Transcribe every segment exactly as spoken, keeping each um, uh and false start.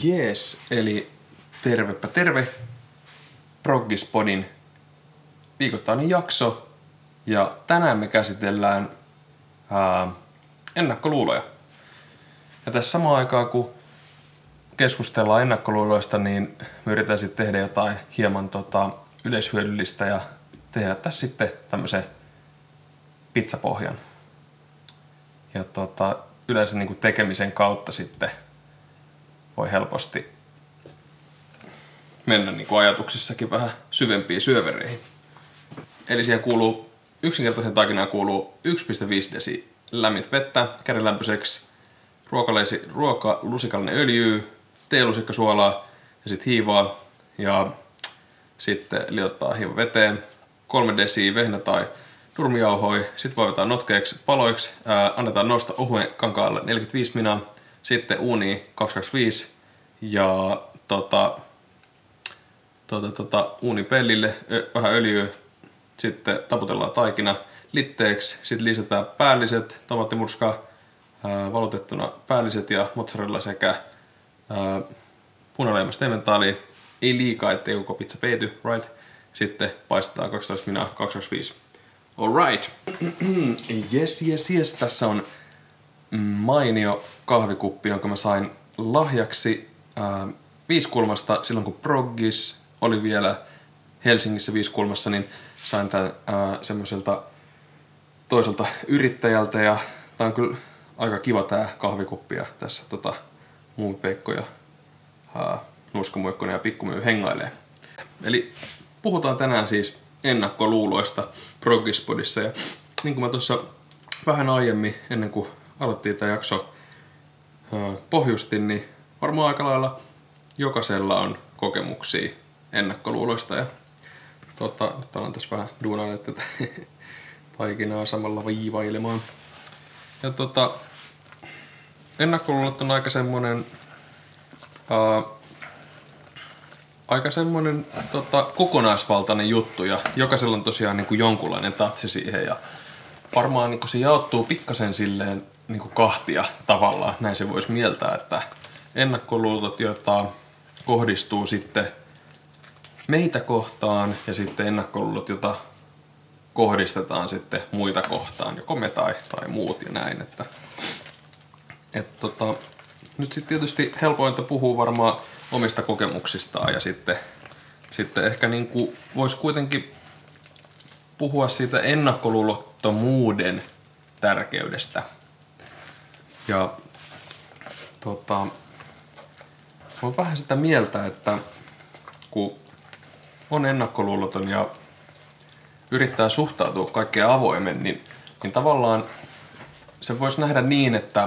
Jees, eli tervepä terve. Proggispodin viikoittainen jakso. Ja tänään me käsitellään ää, ennakkoluuloja. Ja tässä samaan aikaan, kun keskustellaan ennakkoluuloista, niin me yritetään sitten tehdä jotain hieman tota, yleishyödyllistä ja tehdä tässä sitten tämmöisen pizzapohjan. Ja tota, yleensä niin kuin tekemisen kautta sitten voi helposti mennä niin kuin ajatuksissakin vähän syvempiin syövereihin. Eli siihen kuuluu, yksinkertaisen taikinaan kuuluu yksi pilkku viisi desi lämmintä vettä kädenlämpöiseksi, ruokalusikallinen öljyä, teelusikkasuolaa ja sitten hiivaa ja sitten liottaa hiiva veteen, kolme desiä vehnä tai nurmijauhoi, sitten voivetaan notkeeksi paloiksi, ää, annetaan nousta ohuen kankaalle neljäkymmentäviisi minaa, sitten uuniin kaksisataakaksikymmentäviisi ja tota, tota, tota, uunipellille ö, vähän öljyä, sitten taputellaan taikina litteeksi, sitten lisätään päälliset, tomaattimurskaa, ää, valutettuna päälliset ja mozzarella sekä ää, punaleimästä emmentaalia, ei liikaa, ettei koko pizza peity, right? Sitten paistetaan kaksitoista minaa, kaksisataakaksikymmentäviisi. Alright. Yes, yes, yes. Tässä on mainio kahvikuppi, jonka mä sain lahjaksi ää, Viiskulmasta silloin, kun Proggis oli vielä Helsingissä Viiskulmassa, niin sain tämän ää, semmoiselta toiselta yrittäjältä, ja tää on kyllä aika kiva tää kahvikuppi, ja tässä tota, Muumipeikko ja ää, Nuuskamuikkonen ja Pikkumyy hengailee. Eli puhutaan tänään siis ennakkoluuloista Proggispodissa, ja niin kuin mä tuossa vähän aiemmin, ennen kuin aloittiin tämä jakso, pohjustin, niin varmaan aika lailla jokaisella on kokemuksia ennakkoluuloista, ja tota, nyt ollaan tässä vähän duunailleet tätä taikinaa samalla viivailemaan. Ja tota, ennakkoluulot on aika semmonen ää, aika semmoinen tota, kokonaisvaltainen juttu, ja jokaisella on tosiaan niin kuin jonkunlainen tatsi siihen, ja varmaan niin kuin se jaottuu pikkasen silleen niin kuin kahtia tavallaan, näin se voisi mieltää, että ennakkoluulot, joita kohdistuu sitten meitä kohtaan, ja sitten ennakkoluulot, joita kohdistetaan sitten muita kohtaan, joko me tai, tai muut ja näin, että et, tota, nyt sitten tietysti helpointa puhuu varmaan omista kokemuksistaan, ja sitten, sitten ehkä niin kuin voisi kuitenkin puhua siitä ennakkoluulottomuuden tärkeydestä. Ja tota, olen vähän sitä mieltä, että kun on ennakkoluuloton ja yrittää suhtautua kaikkeen avoimen, niin, niin tavallaan se voisi nähdä niin, että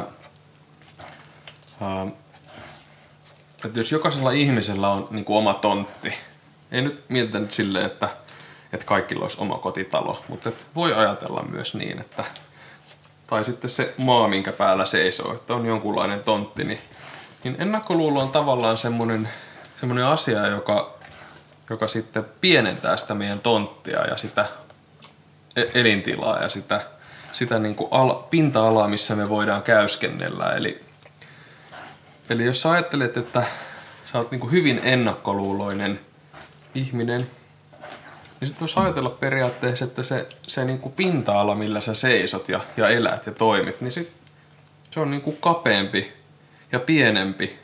ää, että jos jokaisella ihmisellä on niin kuin oma tontti, ei nyt mietitä nyt silleen, että, että kaikilla olisi oma kotitalo, mutta voi ajatella myös niin, että tai sitten se maa, minkä päällä seisoo, että on jonkunlainen tontti, niin, niin ennakkoluulo on tavallaan semmoinen, semmoinen asia, joka, joka sitten pienentää sitä meidän tonttia ja sitä elintilaa ja sitä, sitä niin kuin ala, pinta-alaa, missä me voidaan käyskennellä. Eli Eli jos sä ajattelet, että sä oot niinku hyvin ennakkoluuloinen ihminen, niin sit vois ajatella periaatteessa, että se, se niinku pinta-ala, millä sä seisot ja, ja elät ja toimit, niin sit se on niinku kapeampi ja pienempi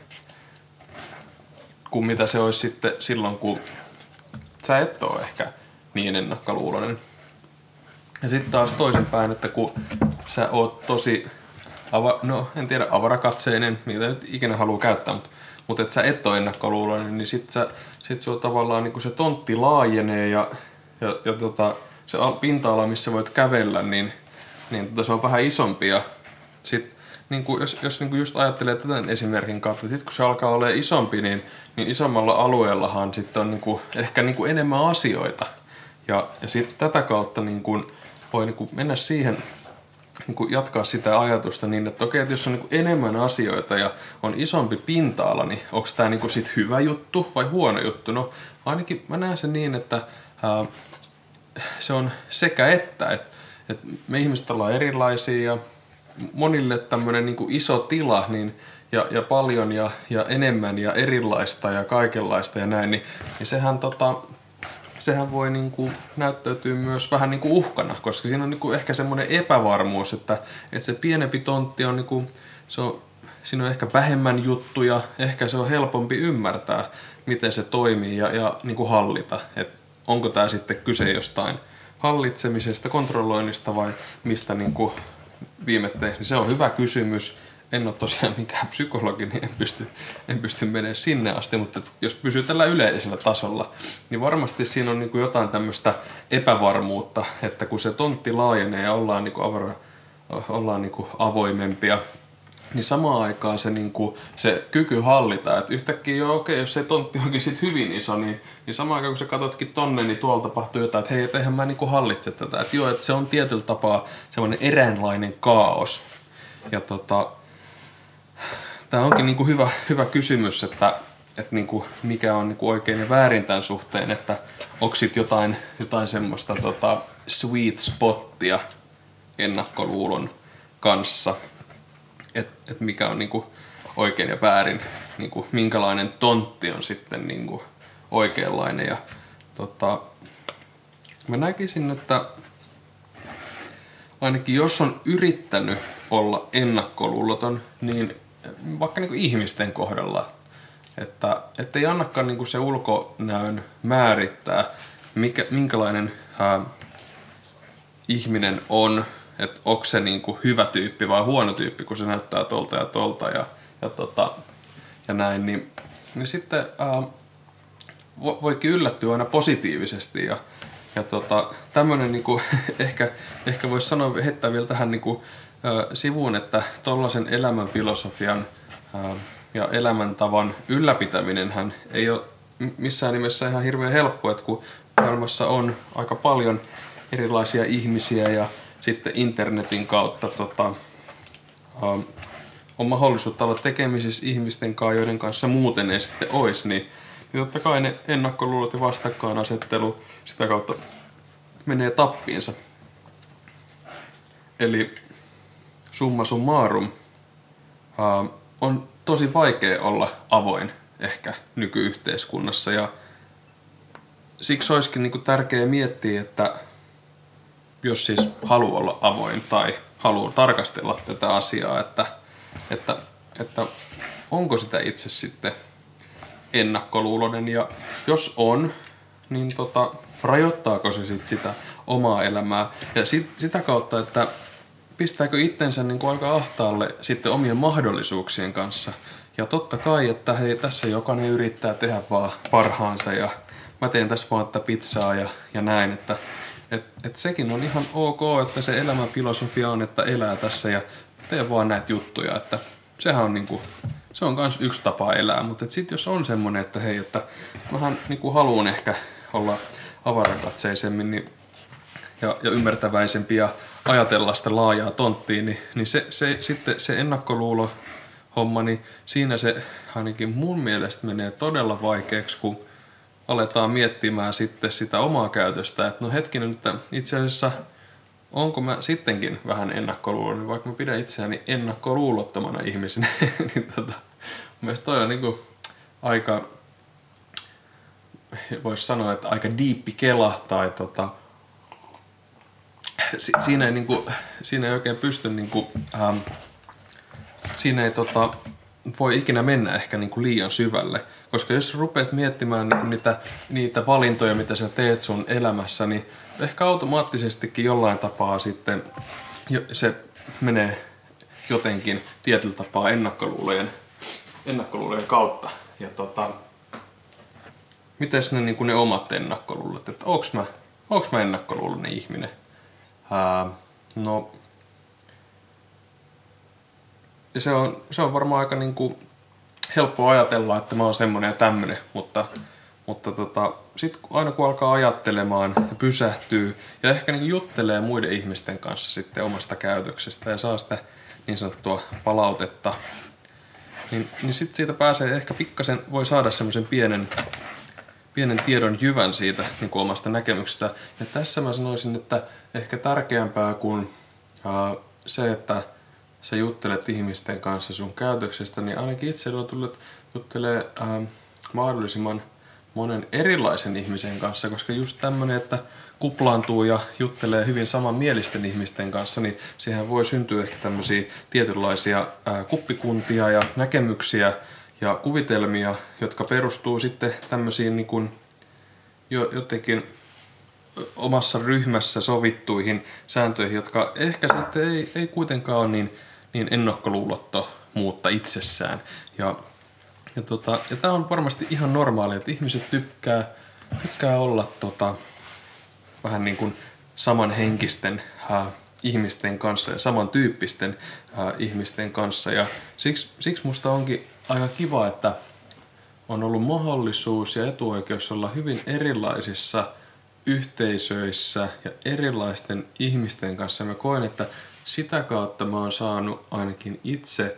kuin mitä se olisi sitten silloin, kun sä et oo ehkä niin ennakkoluuloinen. Ja sitten taas toisinpäin, että kun sä oot tosi Ava, no, en tiedä, avarakatseinen, mitä nyt ikinä haluaa käyttää, mutta, mutta että sä et ole ennakkoluuloinen, niin sit, sä, sit sulla tavallaan niin se tontti laajenee ja, ja, ja tota, se pinta-ala, missä voit kävellä, niin, niin tota, se on vähän isompi. Ja sit, niin kuin, jos jos niin kuin just ajattelee tätä esimerkin kautta, sit kun se alkaa olla isompi, niin, niin isommalla alueellahan sit on niin kuin, ehkä niin kuin enemmän asioita. Ja, ja sitten tätä kautta niin kuin, voi niin kuin mennä siihen, niin jatkaa sitä ajatusta niin, että okei, että jos on niin enemmän asioita ja on isompi pinta-ala, niin onko tämä niin sit hyvä juttu vai huono juttu? No ainakin mä näen sen niin, että ää, se on sekä että, että, että me ihmiset ollaan erilaisia ja monille tämmöinen niin iso tila, niin ja, ja paljon ja, ja enemmän ja erilaista ja kaikenlaista ja näin, niin, niin sehän, tota, sehän voi niinku näyttäytyä myös vähän niinku uhkana, koska siinä on niinku ehkä semmoinen epävarmuus, että, että se pienempi tontti on, niinku, se on, siinä on ehkä vähemmän juttuja, ehkä se on helpompi ymmärtää, miten se toimii ja, ja niinku hallita, että onko tämä sitten kyse jostain hallitsemisesta, kontrolloinnista vai mistä niinku viime teeksi, niin se on hyvä kysymys. En ole tosiaan mikään psykologi, niin en pysty, en pysty menemään sinne asti, mutta jos pysyy tällä yleisellä tasolla, niin varmasti siinä on niin kuin jotain tämmöistä epävarmuutta, että kun se tontti laajenee ja ollaan, niin kuin avara, ollaan niin kuin avoimempia, niin samaan aikaan se, niin kuin, se kyky hallita, että yhtäkkiä joo, okei, jos se tontti onkin sit hyvin iso, niin, niin samaan aikaan kun sä katsotkin tonne, niin tuolta tapahtuu jotain, että hei, et eihän mä niin kuin hallitse tätä, että joo, että se on tietyllä tapaa semmoinen eräänlainen kaos. Ja tota, tämä onkin niinku hyvä, hyvä kysymys, että, että niinku mikä on niinku oikein ja väärin tämän suhteen, että onko sitten jotain, jotain semmoista tota sweet spottia ennakkoluulon kanssa, että et mikä on niinku oikein ja väärin, niinku minkälainen tontti on sitten niinku oikeanlainen. Ja, tota, mä näkisin, että ainakin jos on yrittänyt olla ennakkoluuloton, niin vaikka niin kuin ihmisten kohdalla, että ei annakaan niin kuin se ulkonäön määrittää, mikä, minkälainen ää, ihminen on, että onko se niin kuin hyvä tyyppi vai huono tyyppi, kun se näyttää tolta ja tolta ja, ja, tota, ja näin, niin, niin sitten ää, voikin yllättyä aina positiivisesti ja Ja tota, tämmönen niinku, ehkä, ehkä voisi sanoa, heittää vielä tähän niinku, ö, sivuun, että tollaisen elämänfilosofian ö, ja elämäntavan ylläpitäminenhän ei ole missään nimessä ihan hirveän helppoa, että kun maailmassa on aika paljon erilaisia ihmisiä ja sitten internetin kautta tota, ö, on mahdollisuutta olla tekemisissä ihmisten kanssa, joiden kanssa muuten ei sitten olisi, niin niin totta kai ne ennakkoluulot ja vastakkainasettelu sitä kautta menee tappiinsa. Eli summa summarum ää, on tosi vaikea olla avoin ehkä nykyyhteiskunnassa ja siksi olisikin niinku tärkeää miettiä, että jos siis haluaa olla avoin tai haluaa tarkastella tätä asiaa, että, että, että onko sitä itse sitten ennakkoluuloinen ja jos on, niin tota, rajoittaako se sit sitä omaa elämää ja sit, sitä kautta, että pistääkö itsensä niin kuin aika ahtaalle sitten omien mahdollisuuksien kanssa. Ja totta kai, että hei, tässä jokainen yrittää tehdä vaan parhaansa ja mä teen tässä vaan tätä pizzaa ja, ja näin, että et, et sekin on ihan ok, että se elämän filosofia on, että elää tässä ja tee vaan näitä juttuja, että sehän on niinku se on myös yksi tapa elää, mutta sitten jos on semmoinen, että hei, että mähän niinku haluan ehkä olla avarakatseisemmin niin, ja, ja ymmärtäväisempi ja ajatella sitä laajaa tonttia, niin, niin se, se, sitten se ennakkoluulo homma, niin siinä se ainakin mun mielestä menee todella vaikeaksi, kun aletaan miettimään sitten sitä omaa käytöstä, että no hetkinen, että itse asiassa onko mä sittenkin vähän ennakkoluuloinen, vaikka mä pidän itseäni ennakkoluulottomana ihmisenä, niin tota, mielestäni toi on niinku aika, voisi sanoa, että aika diippi kela, tai tota, si, siinä, ei niinku, siinä ei oikein pysty, niinku, ähm, siinä ei tota, voi ikinä mennä ehkä niinku liian syvälle, koska jos rupeat miettimään niinku niitä, niitä valintoja, mitä sä teet sun elämässä, niin ehkä automaattisestikin jollain tapaa sitten se menee jotenkin tietyllä tapaa ennakkoluulojen, ennakkoluulojen kautta. Ja tota, mites ne, niin kuin ne omat ennakkoluulot, että onks mä, onks mä ennakkoluuloinen ihminen? Ää, no, ja se on, se on varmaan aika niin kuin helppo ajatella, että mä oon semmonen ja tämmönen, mutta Mutta tota, sit aina kun alkaa ajattelemaan ja pysähtyy ja ehkä niin juttelee muiden ihmisten kanssa sitten omasta käytöksestä ja saa sitä niin sanottua palautetta, niin, niin sitten siitä pääsee ehkä pikkasen, voi saada semmoisen pienen, pienen tiedon jyvän siitä niin kuin omasta näkemyksestä. Ja tässä mä sanoisin, että ehkä tärkeämpää kuin ää, se, että sä juttelet ihmisten kanssa sun käytöksestä, niin ainakin itsellä tulee juttelee ää, mahdollisimman monen erilaisen ihmisen kanssa, koska just tämmönen, että kuplaantuu ja juttelee hyvin samanmielisten ihmisten kanssa, niin siihen voi syntyä ehkä tämmöisiä tietynlaisia ää, kuppikuntia ja näkemyksiä ja kuvitelmia, jotka perustuu sitten tämmöisiin niin kuin jo, jotenkin omassa ryhmässä sovittuihin sääntöihin, jotka ehkä sitten ei, ei kuitenkaan ole niin, niin ennakkoluulottomuutta itsessään. Ja, ja, tota, ja tämä on varmasti ihan normaalia, että ihmiset tykkää, tykkää olla tota, vähän niin kuin samanhenkisten äh, ihmisten kanssa ja samantyyppisten äh, ihmisten kanssa. Ja siksi, siksi musta onkin aika kiva, että on ollut mahdollisuus ja etuoikeus olla hyvin erilaisissa yhteisöissä ja erilaisten ihmisten kanssa. Mä koen, että sitä kautta mä oon saanut ainakin itse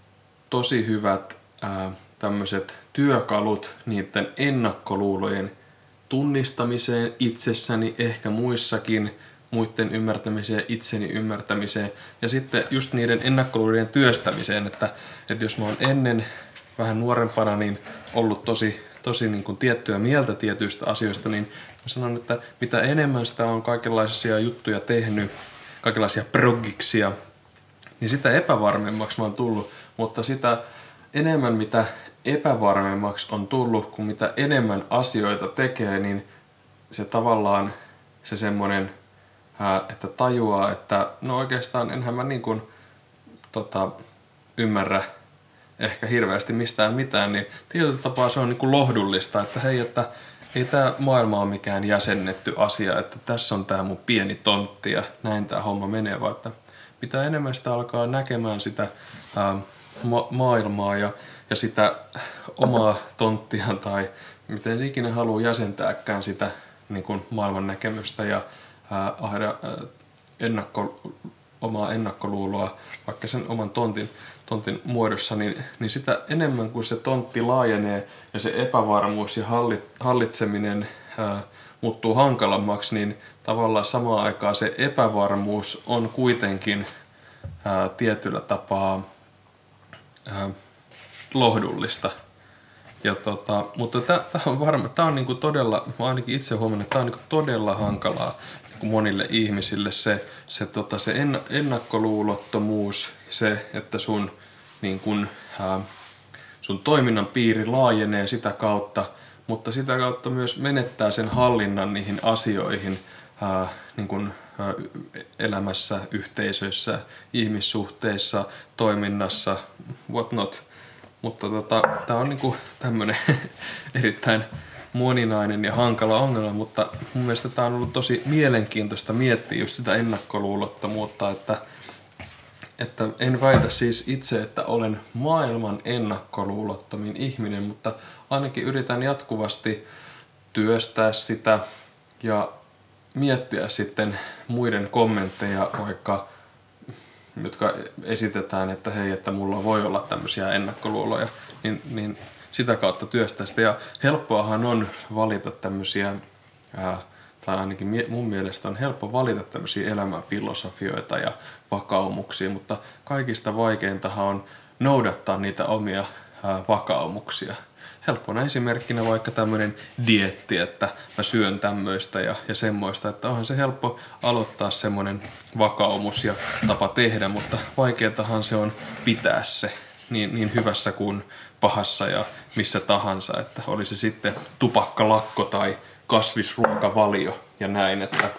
tosi hyvät ää, tämmöiset työkalut niiden ennakkoluulojen tunnistamiseen itsessäni, ehkä muissakin, muiden ymmärtämiseen, itseni ymmärtämiseen ja sitten just niiden ennakkoluulojen työstämiseen, että, että jos mä oon ennen vähän nuorempana niin ollut tosi, tosi niin kuin tiettyä mieltä tietyistä asioista, niin mä sanon, että mitä enemmän sitä on kaikenlaisia juttuja tehnyt, kaikenlaisia proggiksia, niin sitä epävarmemmaksi mä oon tullut, mutta sitä enemmän mitä epävarmemmaksi on tullut, kun mitä enemmän asioita tekee, niin se tavallaan se semmoinen, että tajuaa, että no oikeastaan enhän mä niin kuin, tota, ymmärrä ehkä hirveästi mistään mitään, niin tietyllä tapaa se on niin kuin lohdullista, että hei, että ei tämä maailma ole mikään jäsennetty asia, että tässä on tämä mun pieni tontti ja näin tämä homma menee, vaan että mitä enemmän sitä alkaa näkemään sitä ää, ma- maailmaa ja, ja sitä omaa tonttiaan tai miten ikinä haluaa jäsentääkään sitä niin kuin maailman näkemystä ja ää, ahda, ää, ennakko, omaa ennakkoluuloa vaikka sen oman tontin tontin muodossa, niin, niin sitä enemmän kuin se tontti laajenee ja se epävarmuus ja hallit, hallitseminen ää, muuttuu hankalammaksi, niin tavallaan samaan aikaan se epävarmuus on kuitenkin ää, tietyllä tapaa ää, lohdullista. Ja tota, mutta tämä on varma, tämä on niinku todella, mä ainakin itse huomannut, että tämä on niinku todella hankalaa niinku monille ihmisille se, se, tota, se en, ennakkoluulottomuus, se, että sun, niin kun, ää, sun toiminnan piiri laajenee sitä kautta, mutta sitä kautta myös menettää sen hallinnan niihin asioihin ää, niin kun, ää, elämässä, yhteisöissä, ihmissuhteissa, toiminnassa, what not. Mutta tota, tämä on niinku tämmönen erittäin moninainen ja hankala ongelma, mutta mun mielestä tämä on ollut tosi mielenkiintoista miettiä just sitä ennakkoluulottomuutta, että, että en väitä siis itse, että olen maailman ennakkoluulottomin ihminen, mutta ainakin yritän jatkuvasti työstää sitä ja miettiä sitten muiden kommentteja, vaikka jotka esitetään, että hei, että mulla voi olla tämmöisiä ennakkoluuloja, niin, niin sitä kautta työstää sitä. Ja helppoahan on valita tämmöisiä, ää, tai ainakin mie- mun mielestä on helppo valita tämmöisiä elämänfilosofioita ja vakaumuksia, mutta kaikista vaikeintahan on noudattaa niitä omia ää, vakaumuksia. Helppona esimerkkinä vaikka tämmöinen dieetti, että mä syön tämmöistä ja, ja semmoista, että onhan se helppo aloittaa semmoinen vakaumus ja tapa tehdä, mutta vaikeatahan se on pitää se niin, niin hyvässä kuin pahassa ja missä tahansa, että oli se sitten tupakkalakko tai kasvisruokavalio ja näin, että,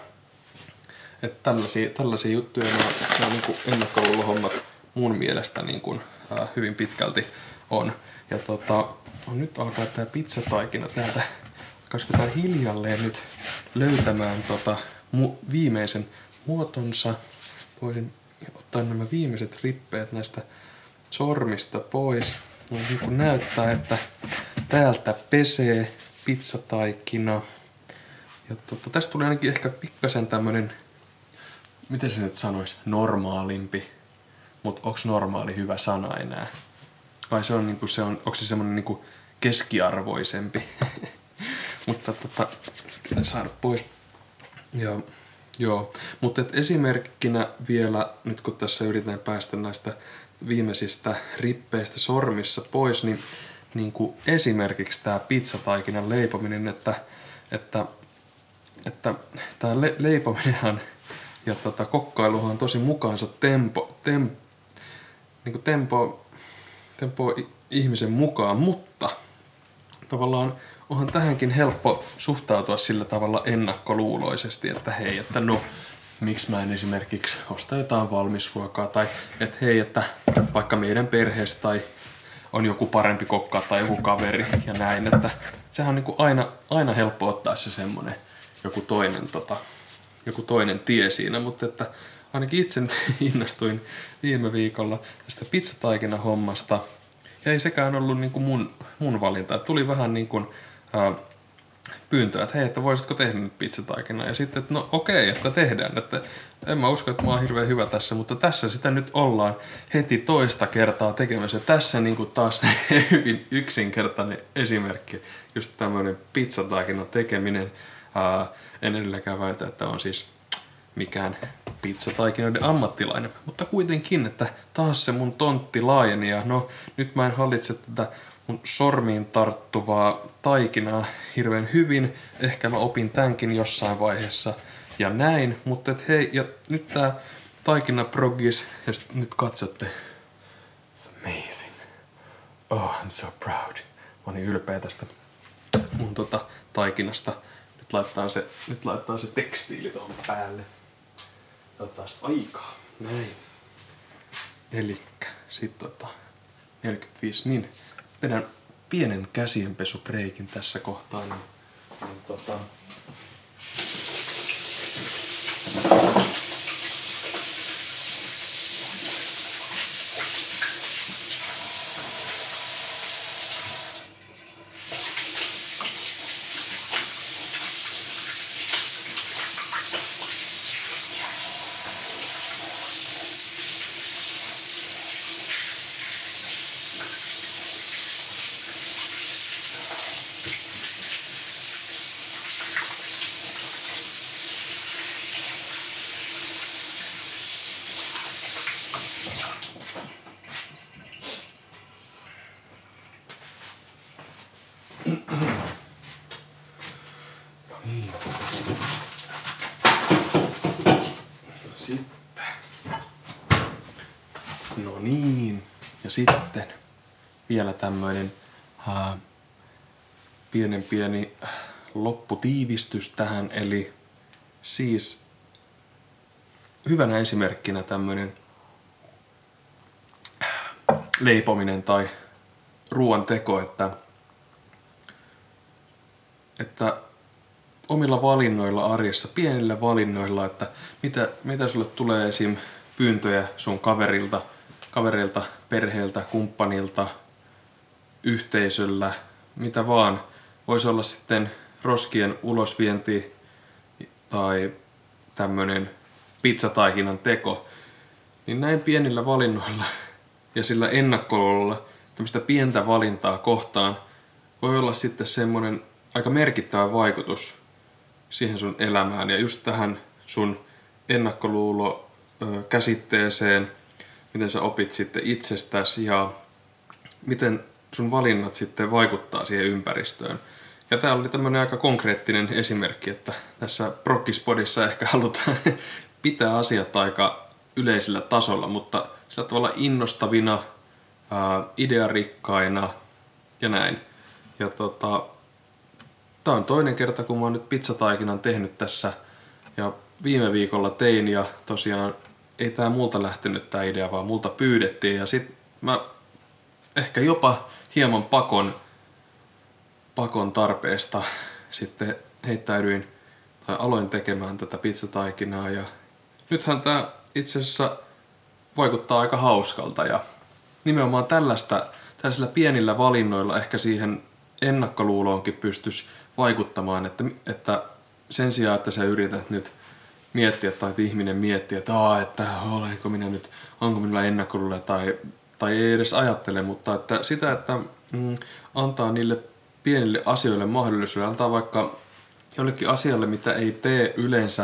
että tällaisia, tällaisia juttuja ne on niin kuin ennakkoluulohommat mun mielestä niin kuin, ää, hyvin pitkälti on. Ja tota, nyt alkaa tää pizzataikina täältä, koska tää hiljalleen nyt löytämään tota mu- viimeisen muotonsa. Voisin ottaa nämä viimeiset rippeet näistä sormista pois. Niin kuin näyttää, että täältä pesee pizzataikina. Ja tota, tästä tulee ainakin ehkä pikkasen tämmönen, miten se nyt sanois, normaalimpi. Mut onks normaali hyvä sana enää? Vai se on niinku se on, onko se semmoinen niinku keskiarvoisempi? Mutta tota, pitää saada pois. Ja, Joo, mutta et esimerkkinä vielä, nyt kun tässä yritän päästä näistä viimeisistä rippeistä sormissa pois, niin, niin kuin esimerkiksi tämä pizzataikinan leipominen, että, että, että tämä le, leipominenhan ja tota, kokkailuhan on tosi mukaansa tempo, tem, niin kuin tempo, tempo ihmisen mukaan, mutta tavallaan onhan tähänkin helppo suhtautua sillä tavalla ennakkoluuloisesti, että hei, että no, miksi mä en esimerkiksi osta jotain valmisruokaa, tai että hei, että vaikka meidän perheessä tai on joku parempi kokka tai joku kaveri ja näin, että sehän on niin kuin aina, aina helppo ottaa se semmoinen joku toinen, tota, joku toinen tie siinä, mutta että ainakin itse innostuin viime viikolla tästä pizzataikina hommasta, ja ei sekään ollut niin kuin mun, mun valinta, että tuli vähän niin kuin ää, pyyntöä, että hei, että voisitko tehdä nyt pizzataikinaa, ja sitten, että no okei, että tehdään, että en mä usko, että mä oon hirveän hyvä tässä, mutta tässä sitä nyt ollaan heti toista kertaa tekemässä. Tässä niin kuin taas hyvin yksinkertainen esimerkki, just tämmöinen pizzataikinan tekeminen. Ää, en edelläkään väitä, että on siis mikään pizzataikinoiden ammattilainen, mutta kuitenkin, että taas se mun tontti laajeni, ja no nyt mä en hallitse tätä mun sormiin tarttuvaa taikinaa hirveän hyvin. Ehkä mä opin tämänkin jossain vaiheessa ja näin, mutta et hei, ja nyt tää taikina progis, ja nyt katsotte. It's amazing. Oh, I'm so proud. Mä oon niin ylpeä tästä mun tota taikinasta. Nyt laittaa se, nyt laittaa se tekstiili tuohon päälle. Ottaa sitä aikaa. Näin. Elikkä sit tota neljäkymmentäviisi min. Vedän pienen käsienpesubreikin tässä kohtaa. Niin, niin tota... Sitten. No niin. Ja sitten vielä tämmöinen äh, pienen pieni lopputiivistys tähän. Eli siis hyvänä esimerkkinä tämmöinen leipominen tai ruoan teko, että, että omilla valinnoilla arjessa, pienillä valinnoilla, että mitä, mitä sulle tulee esim. Pyyntöjä sun kaverilta, kaverilta, perheeltä, kumppanilta, yhteisöllä, mitä vaan. Voisi olla sitten roskien ulosvienti tai tämmönen pizzataikinan teko. Niin näin pienillä valinnoilla ja sillä ennakkoluulolla tämmöistä pientä valintaa kohtaan voi olla sitten semmoinen aika merkittävä vaikutus siihen sun elämään ja just tähän sun ennakkoluulo käsitteeseen, miten sä opit sitten itsestäsi ja miten sun valinnat sitten vaikuttaa siihen ympäristöön. Ja tää oli tämmönen aika konkreettinen esimerkki, että tässä Prokkispodissa ehkä halutaan pitää asiat aika yleisellä tasolla, mutta sillä tavalla innostavina, ää, idearikkaina ja näin. Ja tota, tää on toinen kerta, kun mä oon nyt pizzataikinan tehnyt tässä ja viime viikolla tein ja tosiaan ei tää multa lähtenyt tää idea, vaan multa pyydettiin ja sit mä ehkä jopa hieman pakon, pakon tarpeesta sitten heittäydyin tai aloin tekemään tätä pizzataikinaa ja nythän tää itse asiassa vaikuttaa aika hauskalta ja nimenomaan tällaista, tällaisilla pienillä valinnoilla ehkä siihen ennakkoluuloonkin pystyisi vaikuttamaan, että, että sen sijaan, että sä yrität nyt miettiä tai että ihminen miettii, että, Aa, että olenko minä nyt, onko minulla ennakkoluuloja tai, tai ei edes ajattele, mutta että sitä, että mm, antaa niille pienille asioille mahdollisuuden, antaa vaikka jollekin asialle, mitä ei tee yleensä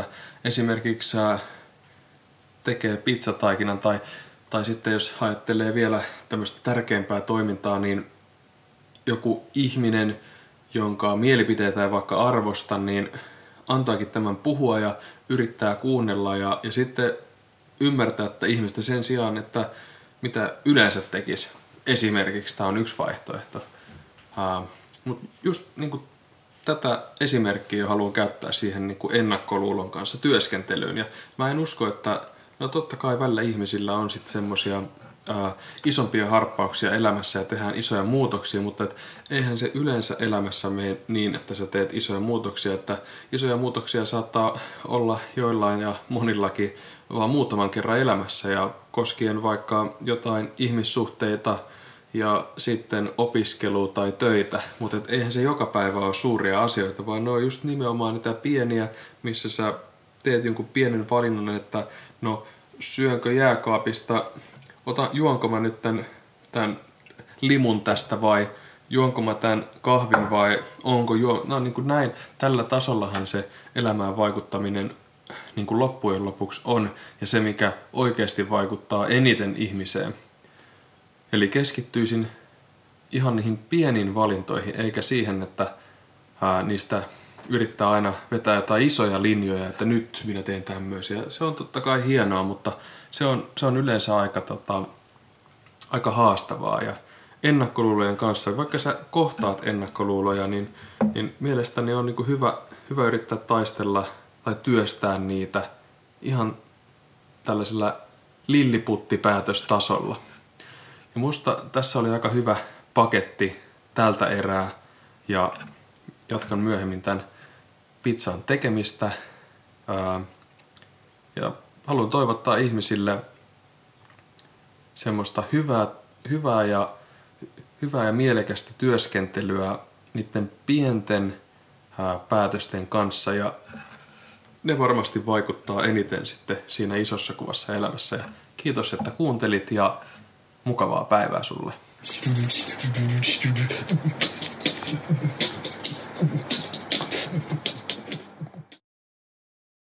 esimerkiksi tekee pizzataikinan tai, tai sitten jos ajattelee vielä tämmöistä tärkeämpää toimintaa, niin joku ihminen, jonka mielipiteitä ei vaikka arvosta, niin antaakin tämän puhua ja yrittää kuunnella ja, ja sitten ymmärtää, että ihmistä sen sijaan, että mitä yleensä tekisi. Esimerkiksi tämä on yksi vaihtoehto. Uh, Mutta just niin kuin tätä esimerkkiä haluan käyttää siihen niin kuin ennakkoluulon kanssa työskentelyyn. Ja mä en usko, että no totta kai välillä ihmisillä on sitten semmoisia uh, isompia harppauksia elämässä ja tehdään isoja muutoksia, mutta et eihän se yleensä elämässä mene niin, että sä teet isoja muutoksia. Että isoja muutoksia saattaa olla joillain ja monillakin vaan muutaman kerran elämässä ja koskien vaikka jotain ihmissuhteita ja sitten opiskelua tai töitä, mutta et eihän se joka päivä ole suuria asioita, vaan ne on just nimenomaan niitä pieniä, missä sä teet jonkun pienen valinnan, että no syönkö jääkaapista, ota, juonko mä nyt tämän, tämän limun tästä vai juonko mä tämän kahvin vai onko juo... No niin kuin näin, tällä tasollahan se elämään vaikuttaminen niin kuin loppujen lopuksi on ja se, mikä oikeasti vaikuttaa eniten ihmiseen. Eli keskittyisin ihan niihin pieniin valintoihin, eikä siihen, että ää, niistä yrittää aina vetää jotain isoja linjoja, että nyt minä teen tämmöisiä. Se on totta kai hienoa, mutta se on, se on yleensä aika, tota, aika haastavaa. Ja ennakkoluulojen kanssa, vaikka sä kohtaat ennakkoluuloja, niin, niin mielestäni on niin kuin hyvä, hyvä yrittää taistella tai työstää niitä ihan tällaisella lilliputtipäätöstasolla. Ja musta tässä oli aika hyvä paketti tältä erää ja jatkan myöhemmin tämän pizzan tekemistä. Ja haluan toivottaa ihmisille semmoista hyvää, hyvää, ja, hyvää ja mielekästä työskentelyä niiden pienten päätösten kanssa ja ne varmasti vaikuttaa eniten sitten siinä isossa kuvassa elämässä. Ja kiitos, että kuuntelit ja mukavaa päivää sulle.